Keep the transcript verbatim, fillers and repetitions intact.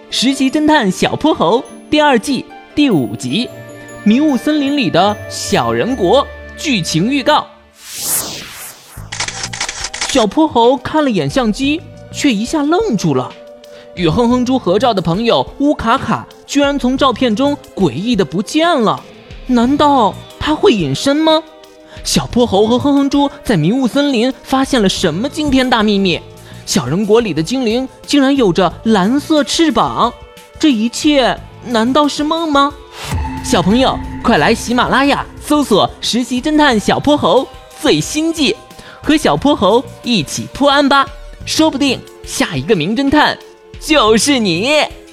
实习侦探小泼猴第二季第五集《迷雾森林里的小人国》剧情预告。小泼猴看了眼相机，却一下愣住了。与哼哼猪合照的朋友乌卡卡居然从照片中诡异的不见了，难道他会隐身吗？小泼猴和哼哼猪在迷雾森林发现了什么惊天大秘密？小人国里的精灵竟然有着蓝色翅膀，这一切难道是梦吗？小朋友，快来喜马拉雅搜索实习侦探小泼猴最新季，和小泼猴一起破案吧，说不定下一个名侦探就是你。